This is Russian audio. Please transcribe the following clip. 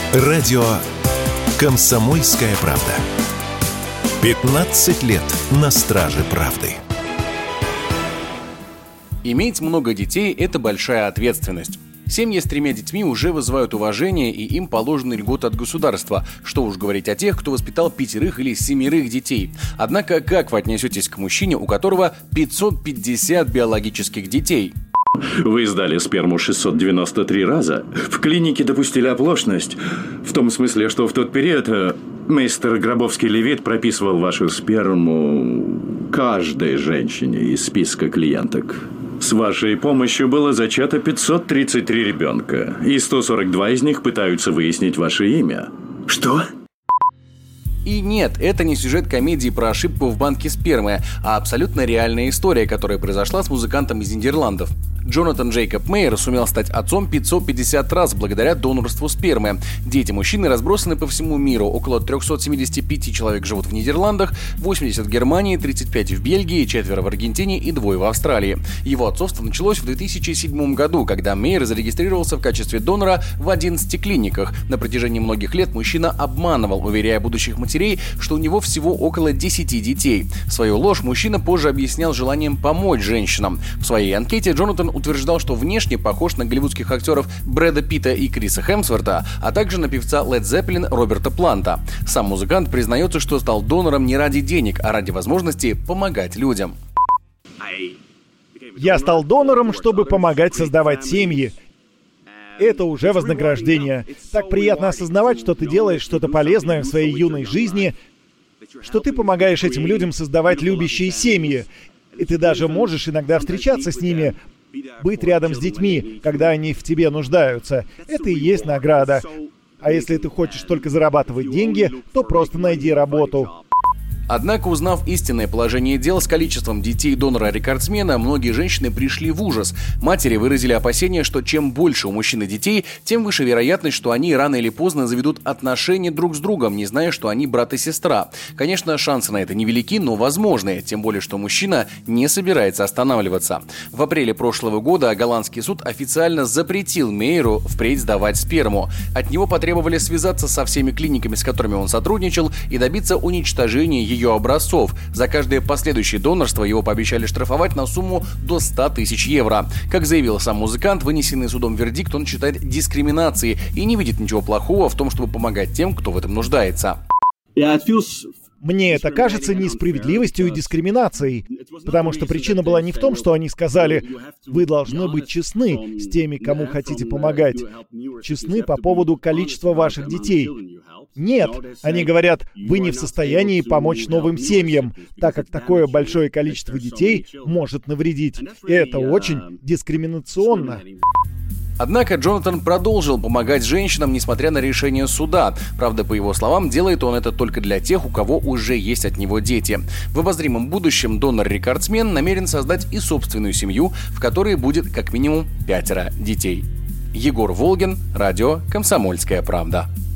Радио «Комсомольская правда». 15 лет на страже правды. Иметь много детей – это большая ответственность. Семьи с 3 детьми уже вызывают уважение, и им положены льготы от государства. Что уж говорить о тех, кто воспитал 5 или 7 детей. Однако, как вы отнесетесь к мужчине, у которого 550 биологических детей? Вы сдали сперму 693 раза. В клинике допустили оплошность. В том смысле, что в тот период мейстер Гробовский-Левит прописывал вашу сперму каждой женщине из списка клиенток. С вашей помощью было зачато 533 ребенка, и 142 из них пытаются выяснить ваше имя. Что? И нет, это не сюжет комедии про ошибку в банке спермы, а абсолютно реальная история, которая произошла с музыкантом из Нидерландов. Джонатан Джейкоб Мейер сумел стать отцом 550 раз благодаря донорству спермы. Дети мужчины разбросаны по всему миру. Около 375 человек живут в Нидерландах, 80 в Германии, 35 в Бельгии, 4 в Аргентине и 2 в Австралии. Его отцовство началось в 2007 году, когда Мейер зарегистрировался в качестве донора в 11 клиниках. На протяжении многих лет мужчина обманывал, уверяя будущих матерей, что у него всего около 10 детей. Свою ложь мужчина позже объяснял желанием помочь женщинам. В своей анкете Джонатан утверждал, что внешне похож на голливудских актеров Брэда Питта и Криса Хемсворта, а также на певца Led Zeppelin Роберта Планта. Сам музыкант признается, что стал донором не ради денег, а ради возможности помогать людям. Я стал донором, чтобы помогать создавать семьи. Это уже вознаграждение. Так приятно осознавать, что ты делаешь что-то полезное в своей юной жизни, что ты помогаешь этим людям создавать любящие семьи. И ты даже можешь иногда встречаться с ними, быть рядом с детьми, когда они в тебе нуждаются. Это и есть награда. А если ты хочешь только зарабатывать деньги, то просто найди работу. Однако, узнав истинное положение дел с количеством детей донора-рекордсмена, многие женщины пришли в ужас. Матери выразили опасения, что чем больше у мужчины детей, тем выше вероятность, что они рано или поздно заведут отношения друг с другом, не зная, что они брат и сестра. Конечно, шансы на это невелики, но возможны, тем более, что мужчина не собирается останавливаться. В апреле прошлого года голландский суд официально запретил Мейеру впредь сдавать сперму. От него потребовали связаться со всеми клиниками, с которыми он сотрудничал, и добиться уничтожения ее образцов. За каждое последующее донорство его пообещали штрафовать на сумму до 100 тысяч евро. Как заявил сам музыкант, вынесенный судом вердикт он считает дискриминацией и не видит ничего плохого в том, чтобы помогать тем, кто в этом нуждается. Мне это кажется несправедливостью и дискриминацией, потому что причина была не в том, что они сказали: «Вы должны быть честны с теми, кому хотите помогать, честны по поводу количества ваших детей». Нет, они говорят: «Вы не в состоянии помочь новым семьям, так как такое большое количество детей может навредить». И это очень дискриминационно. Однако Джонатан продолжил помогать женщинам, несмотря на решение суда. Правда, по его словам, делает он это только для тех, у кого уже есть от него дети. В обозримом будущем донор-рекордсмен намерен создать и собственную семью, в которой будет как минимум 5 детей. Егор Волгин, радио «Комсомольская правда».